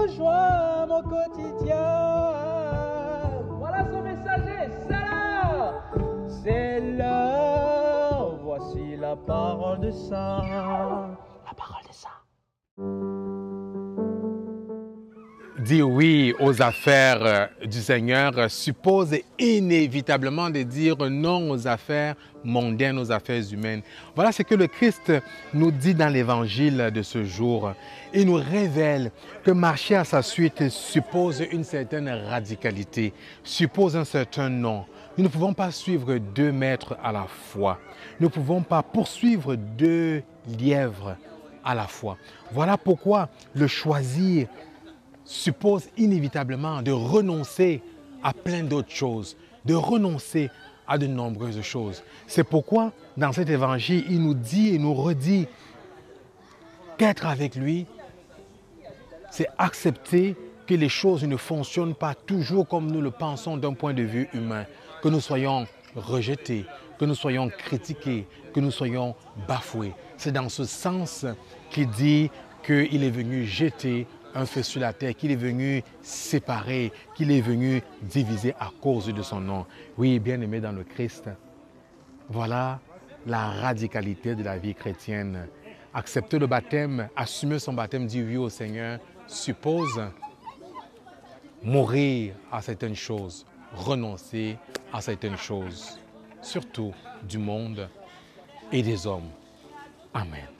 rejoins mon quotidien. Voilà son messager, c'est l'heure, voici la parole de ça. La parole de ça. Dire oui aux affaires du Seigneur suppose inévitablement de dire non aux affaires mondaines, aux affaires humaines. Voilà ce que le Christ nous dit dans l'évangile de ce jour. Il nous révèle que marcher à sa suite suppose une certaine radicalité, suppose un certain non. Nous ne pouvons pas suivre 2 maîtres à la fois. Nous ne pouvons pas poursuivre 2 lièvres à la fois. Voilà pourquoi le choisir suppose inévitablement de renoncer à plein d'autres choses, de renoncer à de nombreuses choses. C'est pourquoi, dans cet évangile, il nous dit et nous redit qu'être avec lui, c'est accepter que les choses ne fonctionnent pas toujours comme nous le pensons d'un point de vue humain, que nous soyons rejetés, que nous soyons critiqués, que nous soyons bafoués. C'est dans ce sens qu'il dit qu'il est venu jeter un feu sur la terre, qu'il est venu séparer, qu'il est venu diviser à cause de son nom. Oui, bien-aimé dans le Christ, voilà la radicalité de la vie chrétienne. Accepter le baptême, assumer son baptême, dire oui au Seigneur, suppose mourir à certaines choses, renoncer à certaines choses, surtout du monde et des hommes. Amen.